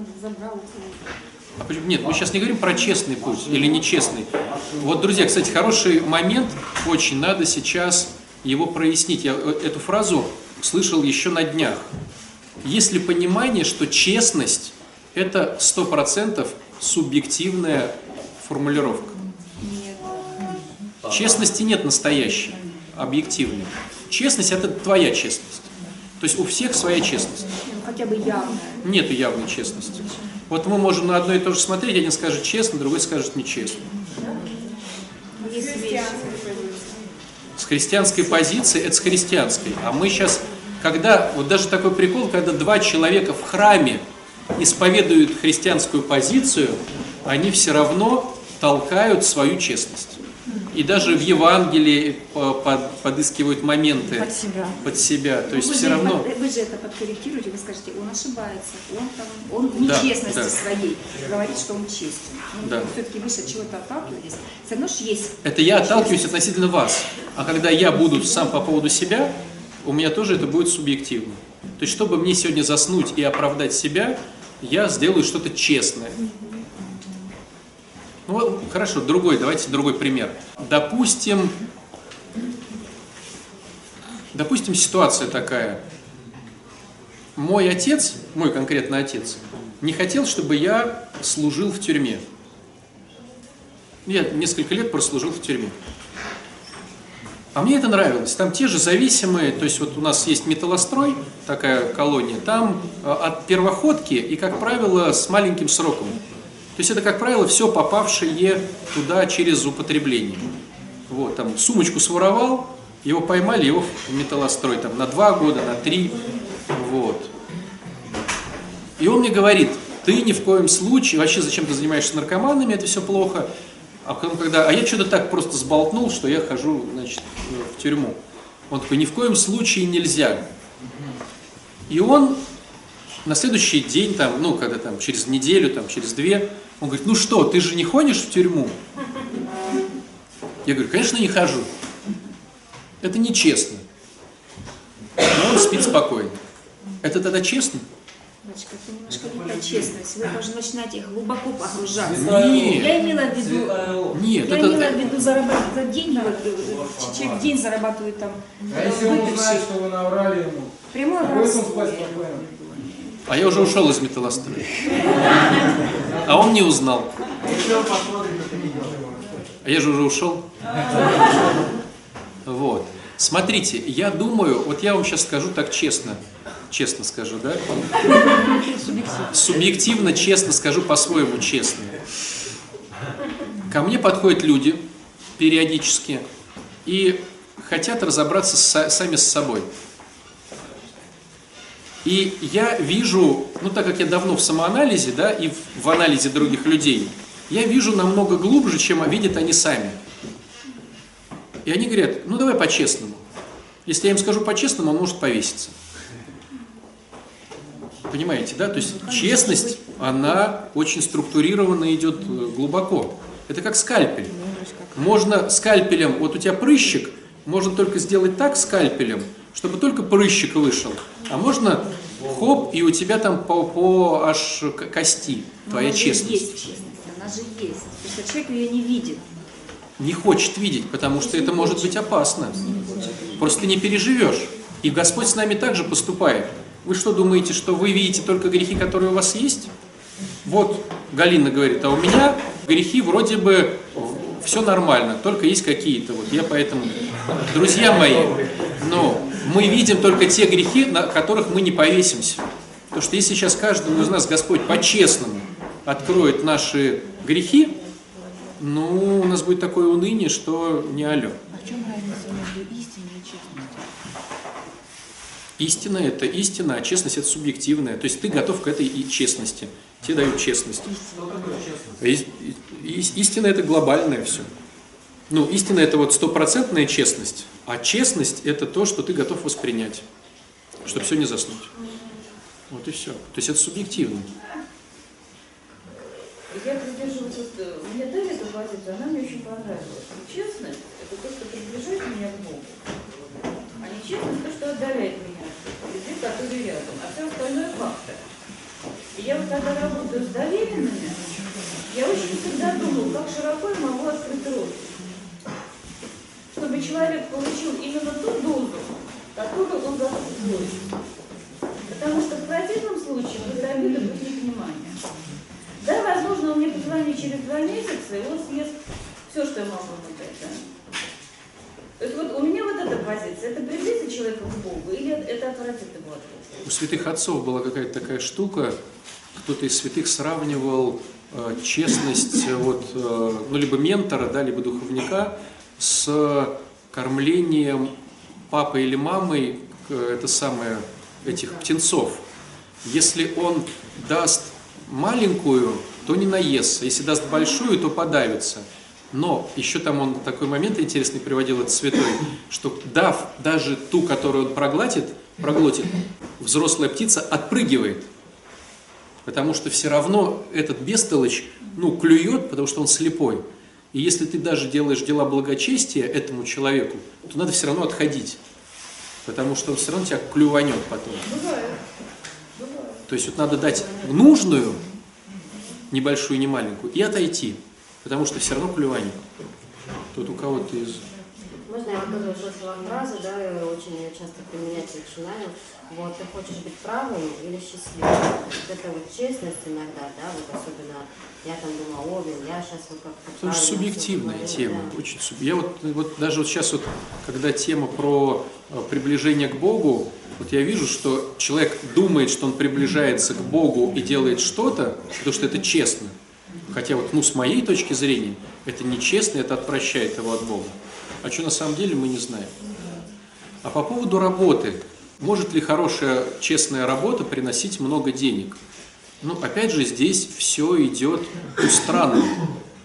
А почему? Нет, мы сейчас не говорим про честный путь или нечестный. Вот, друзья, кстати, хороший момент, очень надо сейчас его прояснить. Я эту фразу слышал еще на днях. Есть ли понимание, что честность – это сто процентов субъективная формулировка? Честности нет настоящей, объективной. Честность – это твоя честность. То есть у всех своя честность. Хотя бы явная. Нету явной честности. Вот мы можем на одно и то же смотреть, один скажет честно, другой скажет нечестно. С христианской позиции – это с христианской. А мы сейчас, когда, вот даже такой прикол, когда два человека в храме исповедуют христианскую позицию, они все равно толкают свою честность. И даже в Евангелии подыскивают моменты под себя. Под себя. То есть вы все же равно... Под, вы же это подкорректируете, вы скажете, он ошибается, он, там, он в нечестности да, да. своей говорит, что он честен. Ну, да. Все-таки вы же от чего-то отталкиваетесь. Все равно же есть... Это я отталкиваюсь относительно вас. А когда я буду сам по поводу себя, у меня тоже это будет субъективно. То есть, чтобы мне сегодня заснуть и оправдать себя, я сделаю что-то честное. Ну, хорошо, другой, давайте другой пример. Допустим, допустим, ситуация такая. Мой отец, мой конкретно отец, не хотел, чтобы я служил в тюрьме. Я несколько лет прослужил в тюрьме. А мне это нравилось. Там те же зависимые, то есть вот у нас есть металлострой, такая колония, там от первоходки и, как правило, с маленьким сроком. То есть это, как правило, все попавшее туда через употребление. Вот, там сумочку своровал, его поймали, его в металлострой там, на два года, на три. Вот. И он мне говорит, ты ни в коем случае, вообще зачем ты занимаешься наркоманами, это все плохо, А потом, когда, а я что-то так просто сболтнул, что я хожу, значит, в тюрьму. Он такой, ни в коем случае нельзя. И он на следующий день, там, ну, когда там, через неделю, там, через две, он говорит, ну что, ты же не ходишь в тюрьму? Я говорю, конечно, не хожу. Это нечестно. Но он спит спокойно. Это тогда честно? Батюшка, это немножко не про честность. Вы должны начинать их глубоко погружаться. Нет. Я имела в виду, Нет, я это... имела в виду зарабатывать деньги, вот, человек в день зарабатывает там, А если он узнает, что вы наврали ему? Прямое воровство. А я уже ушел из металлостроя. А он не узнал. А я же уже ушел. Вот. Смотрите, я думаю, вот я вам сейчас скажу так честно. Честно скажу, да? Субъективно, честно скажу, по-своему честно. Ко мне подходят люди периодически и хотят разобраться с, сами с собой. И я вижу, ну так как я давно в самоанализе, да, и в, в анализе других людей, я вижу намного глубже, чем видят они сами. И они говорят, ну давай по-честному. Если я им скажу по-честному, он может повеситься. Понимаете, да? То есть честность, она очень структурированно идет глубоко. Это как скальпель. Можно скальпелем, вот у тебя прыщик, можно только сделать так скальпелем, чтобы только прыщик вышел. А можно хоп, и у тебя там по, по аж кости, твоя она честность. Же есть честность, она же есть. Просто человек ее не видит. Не хочет видеть, потому что это может быть опасно. Просто ты не переживешь. И Господь с нами также поступает. Вы что думаете, что вы видите только грехи, которые у вас есть? Вот Галина говорит, а у меня грехи вроде бы все нормально, только есть какие-то. Вот я поэтому, друзья мои, но мы видим только те грехи, на которых мы не повесимся. Потому что если сейчас каждому из нас Господь по-честному откроет наши грехи, ну, у нас будет такое уныние, что не алё. А в чем разница между истиной и честностью? Истина – это истина, а честность – это субъективная. То есть ты готов к этой и честности. Тебе дают честность. Истина – это глобальное все. Ну, истина – это вот стопроцентная честность, а честность – это то, что ты готов воспринять, чтобы все не заснуть. Вот и все. То есть это субъективно. Я придерживаюсь, вот, мне дали эту позицию, она мне очень понравилась. Честность – это то, что приближает меня к Богу. А не честность – то, что отдаляет меня от людей, которые рядом. А все остальное – факты. И я вот когда работаю с доверенными, я очень всегда думаю, как широко я могу открыть рот. Чтобы человек получил именно ту дозу, которую он заслуживает. Потому что в противном случае будет обида, будет непонимание. Да, возможно, он мне позвонит через два месяца, и он съест все, что я могу ему дать. Да? То есть вот у меня вот эта позиция, это приблизит человека к Богу, или это отвратит его от Бога? У святых отцов была какая-то такая штука, кто-то из святых сравнивал э, честность э, вот, э, ну, либо ментора, да, либо духовника с кормлением папой или мамой э, это самое, этих птенцов. Если он даст маленькую, то не наестся. Если даст большую, то подавится. Но еще там он такой момент интересный приводил, этот святой, что дав даже ту, которую он проглотит, проглотит, взрослая птица отпрыгивает. Потому что все равно этот бестолочь, ну, клюет, потому что он слепой. И если ты даже делаешь дела благочестия этому человеку, то надо все равно отходить. Потому что он все равно тебя клюванет потом. То есть вот надо дать нужную, небольшую, не маленькую, и отойти, потому что все равно клювание. Тут у кого-то из... Можно я вот тоже слышала фразу, да, я очень ее часто применять начинаю. Вот, ты хочешь быть правым или счастливым? Вот это вот честность иногда, да, вот особенно, я там думала, о, я сейчас вот как-то... Это же субъективная тема, да. Очень суб... Я вот, вот даже вот сейчас вот, когда тема про приближение к Богу, вот я вижу, что человек думает, что он приближается к Богу и делает что-то, потому что это честно. Хотя вот, ну, с моей точки зрения, это нечестно, это отвращает его от Бога. А что на самом деле, мы не знаем. А по поводу работы, может ли хорошая, честная работа приносить много денег? Ну, опять же, здесь все идет ну, странно.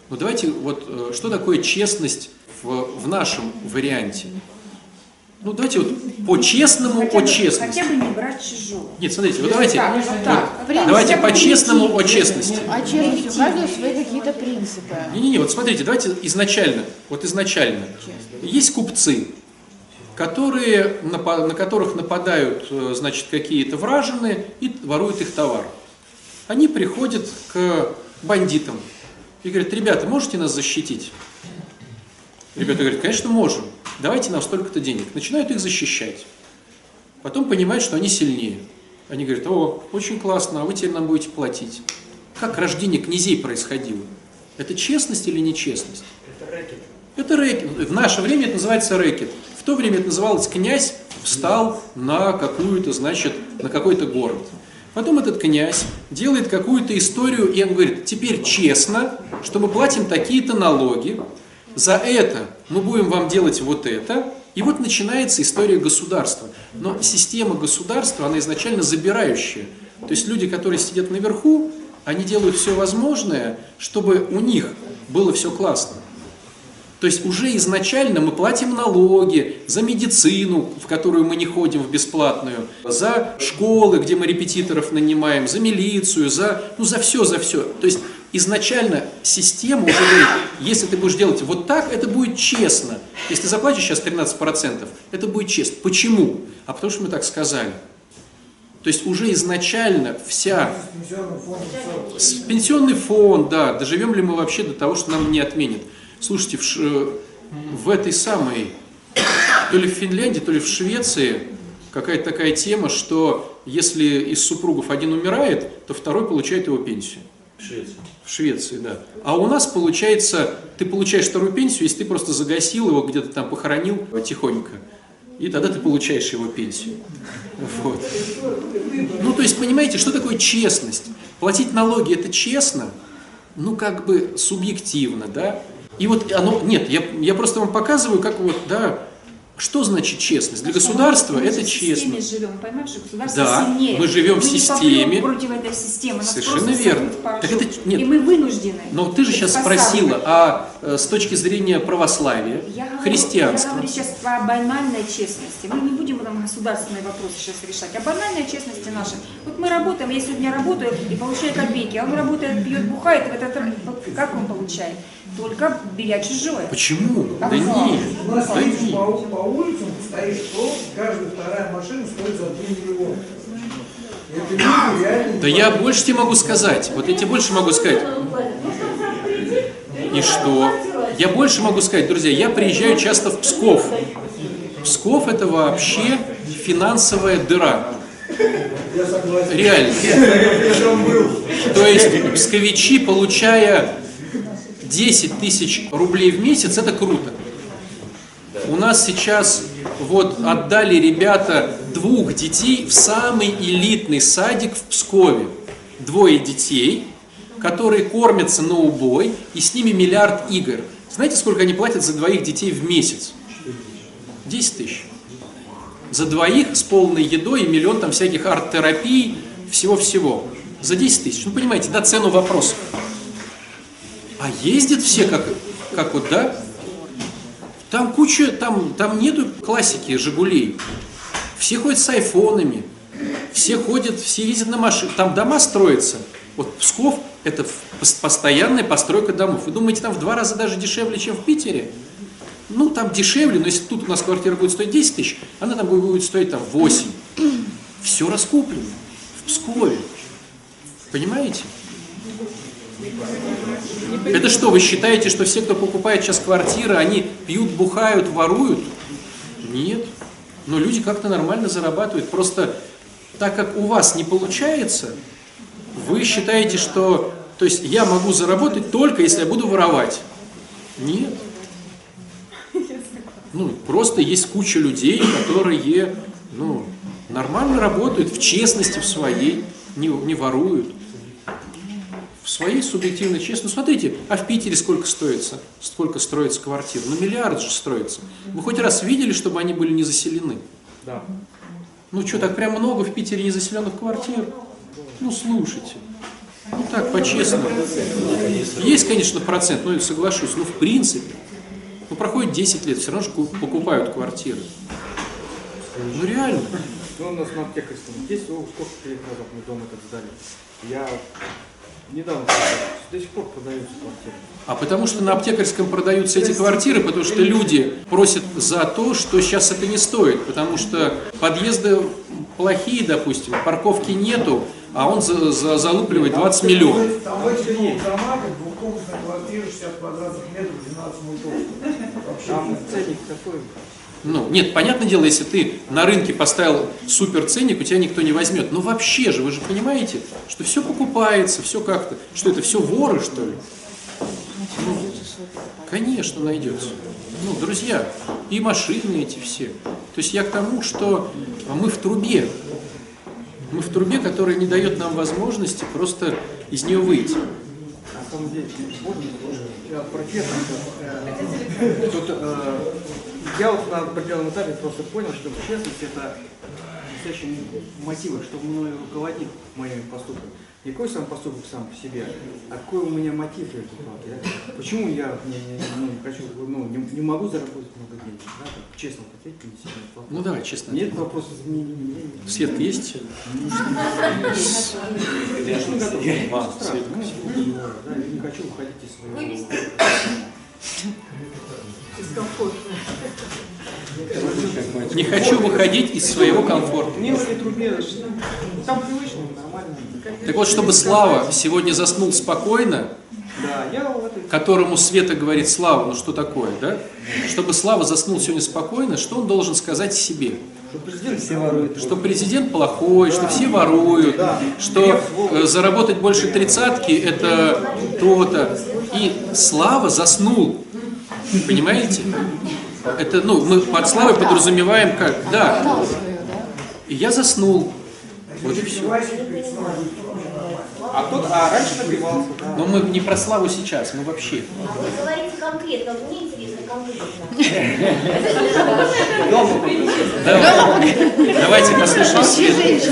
Ну давайте, вот что такое честность в, в нашем варианте? Ну давайте вот по-честному о честности. Хотя бы не брать чужого. Нет, смотрите, вот давайте, Так, вот, вот так, вот так. давайте Хотя бы по-честному о примитивно. честности. А честность, у каждого свои какие-то принципы. Не-не-не, вот смотрите, давайте изначально, вот изначально. Есть купцы, которые, на, на которых нападают, значит, какие-то вражины и воруют их товар. Они приходят к бандитам и говорят: ребята, можете нас защитить? Ребята говорят: конечно, можем. Давайте нам столько-то денег. Начинают их защищать. Потом понимают, что они сильнее. Они говорят: о, очень классно, а вы теперь нам будете платить. Как рождение князей происходило? Это честность или нечестность? Это рэкет. Это рэкет. В наше время это называется рэкет. В то время это называлось: князь встал на какую-то, значит, на какой-то город. Потом этот князь делает какую-то историю, и он говорит: теперь честно, что мы платим такие-то налоги, за это мы будем вам делать вот это. И вот начинается история государства. Но система государства, она изначально забирающая. То есть люди, которые сидят наверху, они делают все возможное, чтобы у них было все классно. То есть уже изначально мы платим налоги за медицину, в которую мы не ходим в бесплатную, за школы, где мы репетиторов нанимаем, за милицию, за, ну, за все, за все. То есть изначально система уже говорит: если ты будешь делать вот так, это будет честно. Если ты заплатишь сейчас тринадцать процентов, это будет честно. Почему? А потому что мы так сказали. То есть уже изначально вся... Пенсионный фонд, да, доживем ли мы вообще до того, что нам не отменят. Слушайте, в, в этой самой, то ли в Финляндии, то ли в Швеции, какая-то такая тема, что если из супругов один умирает, то второй получает его пенсию. В Швеции. В Швеции, да. А у нас получается, ты получаешь вторую пенсию, если ты просто загасил его, где-то там похоронил тихонько. И тогда ты получаешь его пенсию. Вот. Ну, то есть, понимаете, что такое честность? Платить налоги – это честно? Ну, как бы субъективно, да? И вот оно, нет, я, я просто вам показываю, как вот, да, что значит честность? Для государства это честно. Мы в системе живем, понимаешь, что государство Да, сильнее. мы живем в Мы не системе. попрем против этой системы. Нас Совершенно просто верно. садят по Так жопу. это- нет. И мы вынуждены. Но ты же сейчас спросила, а э, с точки зрения православия, Я говорю, христианства. Я говорю сейчас по банальной честности. Мы не будем там государственные вопросы сейчас решать, а банальной честности нашей. Вот мы работаем, я сегодня работаю и получаю копейки, а он работает, пьет, бухает, и в этот раз- вот как он получает? Только беря чужое. Почему? А Да как? нет. У нас Да едешь нет. по, по улицам, стоит что, каждая вторая машина стоит за три миллиона. Это люди реально... Да я больше тебе могу сказать. Вот я тебе больше могу сказать. И что? Я больше могу сказать, друзья, я приезжаю часто в Псков. Псков – это вообще финансовая дыра. Я согласен. Реально. Я там был. То есть псковичи, получая десять тысяч рублей в месяц, это круто. У нас сейчас вот отдали ребята двух детей в самый элитный садик в Пскове. Двое детей, которые кормятся на убой, и с ними миллиард игр. Знаете, сколько они платят за двоих детей в месяц? десять тысяч. За двоих с полной едой и миллион там всяких арт-терапий, всего-всего. За десять тысяч. Ну, понимаете, да, цену вопросов. А ездят все как, как вот, да? Там куча, там, там нету классики «Жигулей». Все ходят с айфонами, все ходят, все ездят на машинах. Там дома строятся. Вот Псков – это постоянная постройка домов. Вы думаете, там в два раза даже дешевле, чем в Питере? Ну, там дешевле, но если тут у нас квартира будет стоить десять тысяч, она там будет стоить там восемь. Все раскуплено в Пскове. Понимаете? Это что, вы считаете, что все, кто покупает сейчас квартиры, они пьют, бухают, воруют? Нет. Но люди как-то нормально зарабатывают. Просто так как у вас не получается, вы считаете, что... То есть я могу заработать только, если я буду воровать. Нет. Ну, просто есть куча людей, которые, ну, нормально работают, в честности в своей, не, не воруют. В своей субъективной честности. Ну, смотрите, а в Питере сколько стоится? Сколько строится квартир? Ну, миллиард же строится. Вы хоть раз видели, чтобы они были не заселены? Да. Ну, что, так прям много в Питере незаселенных квартир? Ну, слушайте. Ну так, по-честному. Есть, конечно, процент, но я соглашусь, но в принципе. Ну проходит десять лет, все равно же покупают квартиры. Ну реально. Ну, у нас на Аптекарском есть, сколько лет назад мы дом этот сдали. Я недавно до сих пор продаются квартиры. А потому что на Аптекарском продаются эти квартиры, потому что люди просят за то, что сейчас это не стоит. Потому что подъезды плохие, допустим, парковки нету, а он за, за, залупливает двадцать миллионов. Там в этих двух домах двухкомнатная квартира, шестьдесят квадратных метров, двенадцать мультов. Там ценник такой. Ну, нет, понятное дело, если ты на рынке поставил супер ценник, у тебя никто не возьмет. Но вообще же, вы же понимаете, что все покупается, все как-то. Что это, все воры, что ли? Ну, конечно, найдется. Ну, друзья, и машины эти все. То есть я к тому, что мы в трубе. Мы в трубе, которая не дает нам возможности просто из нее выйти. На самом деле, я про честность. Тут, э, я вот на определенном этапе просто понял, что честность это настоящий мотив, что мною руководит моими поступками. Не какой сам поступок сам по себе, а какой у меня мотив я, почему я не, не, ну, не хочу, ну, не, не могу заработать много денег, да, так, честно ответить на себя. Ну давай, честно. Нет вопросов изменений мнений. Светка есть? Я же не готов. Не хочу уходить из своего. Не хочу выходить из своего комфорта. Мне в этой трубе там привычно, нормально. Так вот, чтобы Слава сегодня заснул спокойно, да, я в этой... которому Света говорит: Слава, ну что такое, да? Чтобы Слава заснул сегодня спокойно, что он должен сказать себе? Что президент все ворует. Что президент плохой, да, что все воруют, да, что э, заработать больше тридцатки это то-то. И Слава заснул. Понимаете? Это, ну, мы под Славой подразумеваем как? Да. И я заснул. Вот и все. А тот, а раньше нагревался, да. Но мы не про Славу сейчас, мы вообще. А вы говорите конкретно, мне интересно конкретно. Давайте послушаем Свету.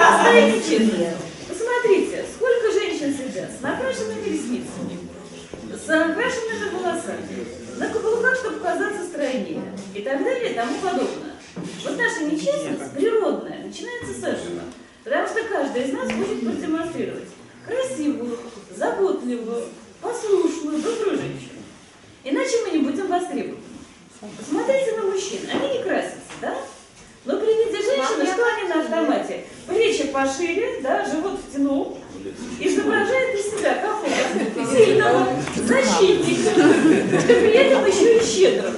Посмотрите, сколько женщин сидят с накрашенными ресницами, с накрашенными волосами, на каблуках, чтобы казаться стройнее и так далее и тому подобное. Вот наша нечестность природная начинается с этого. Потому что каждый из нас будет продемонстрировать красивую, заботливую, послушную, добрую женщину. Иначе мы не будем востребованы. Посмотрите на мужчин, они не красятся, да? Но при виде женщины, что они на автомате? Плечи пошире, да, живот втянул, изображает из себя какого-то сильного защитника, при этом еще и щедрого.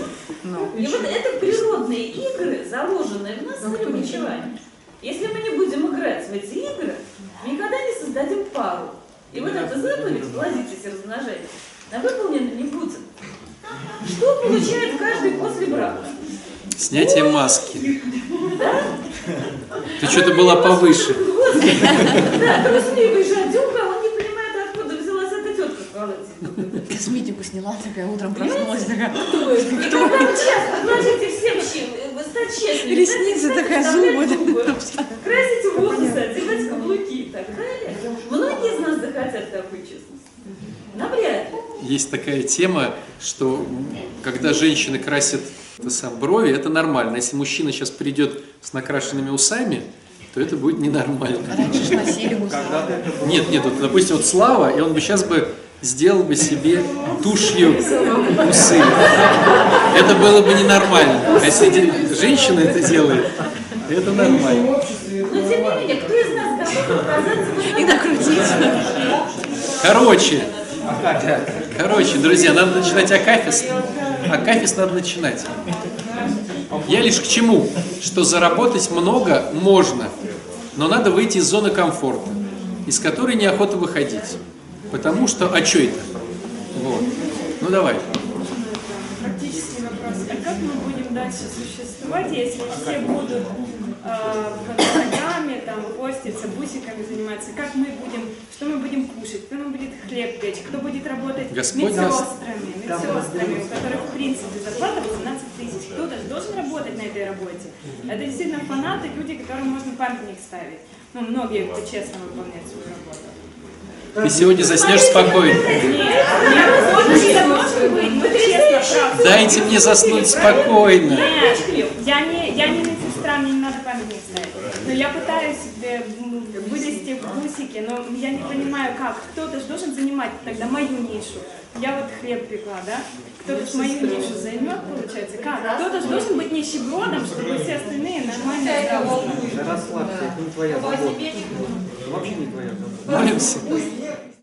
И вот это природные игры, заложенные в нас самобичевание. Если мы не будем играть в эти игры, никогда не создадим пару. И вот эта заповедь, плодитесь и размножайтесь, выполнена не будет. Что получает каждый после брака? Снятие маски. Да? Ты что-то была повыше. Да, трусливый жадюга, он не понимает, откуда взялась эта тетка в халате. Косметику сняла, такая утром проснулась, такая. И когда вы часто предложите всем стать честными, ресницы такая, зубы. Красить волосы, одевать каблуки и так далее. Многие из нас захотят такой честности. Навряд ли. Есть такая тема, что когда женщины красят это сам, брови, это нормально. Если мужчина сейчас придет с накрашенными усами, то это будет ненормально. Раньше ж носили усы. Нет, нет, вот, допустим, вот Слава, и он бы сейчас бы сделал бы себе тушью усы. Это было бы ненормально. А если женщина это делает, это нормально. Но тем не менее, кто из нас готов отказаться и накрутить? Короче, короче, друзья, надо начинать акафист. Акафист надо начинать. Я лишь к чему? Что заработать много можно, но надо выйти из зоны комфорта, из которой неохота выходить. Потому что, а что это? Вот. Ну давай. Практический вопрос. А как мы будем дальше существовать, если все будут э, в Инстаграме, там, поститься, бусиками заниматься? Как мы будем, что мы будем кушать? Кто нам будет хлеб печь? Кто будет работать Господь медсестрами, медсестрами, у которых, в принципе, зарплата восемнадцать тысяч? Кто-то же должен работать на этой работе. Это действительно фанаты, люди, которым можно памятник ставить. Ну, многие, кто честно выполняет свою работу. Ты сегодня заснешь спокойно. Дайте мне заснуть спокойно. Нет, я не, я не медсестра, мне не надо памятник ставить. Но я пытаюсь э, вылезти в бусики, но я не понимаю, как. Кто-то же должен занимать тогда мою нишу. Я вот хлеб пекла, да? Кто-то же мою нишу займет, получается. Как? Кто-то же должен быть нищебродом, чтобы все остальные нормально работали. Да расслабься, это не твоя забота. Вообще не твоя забота. Молимся.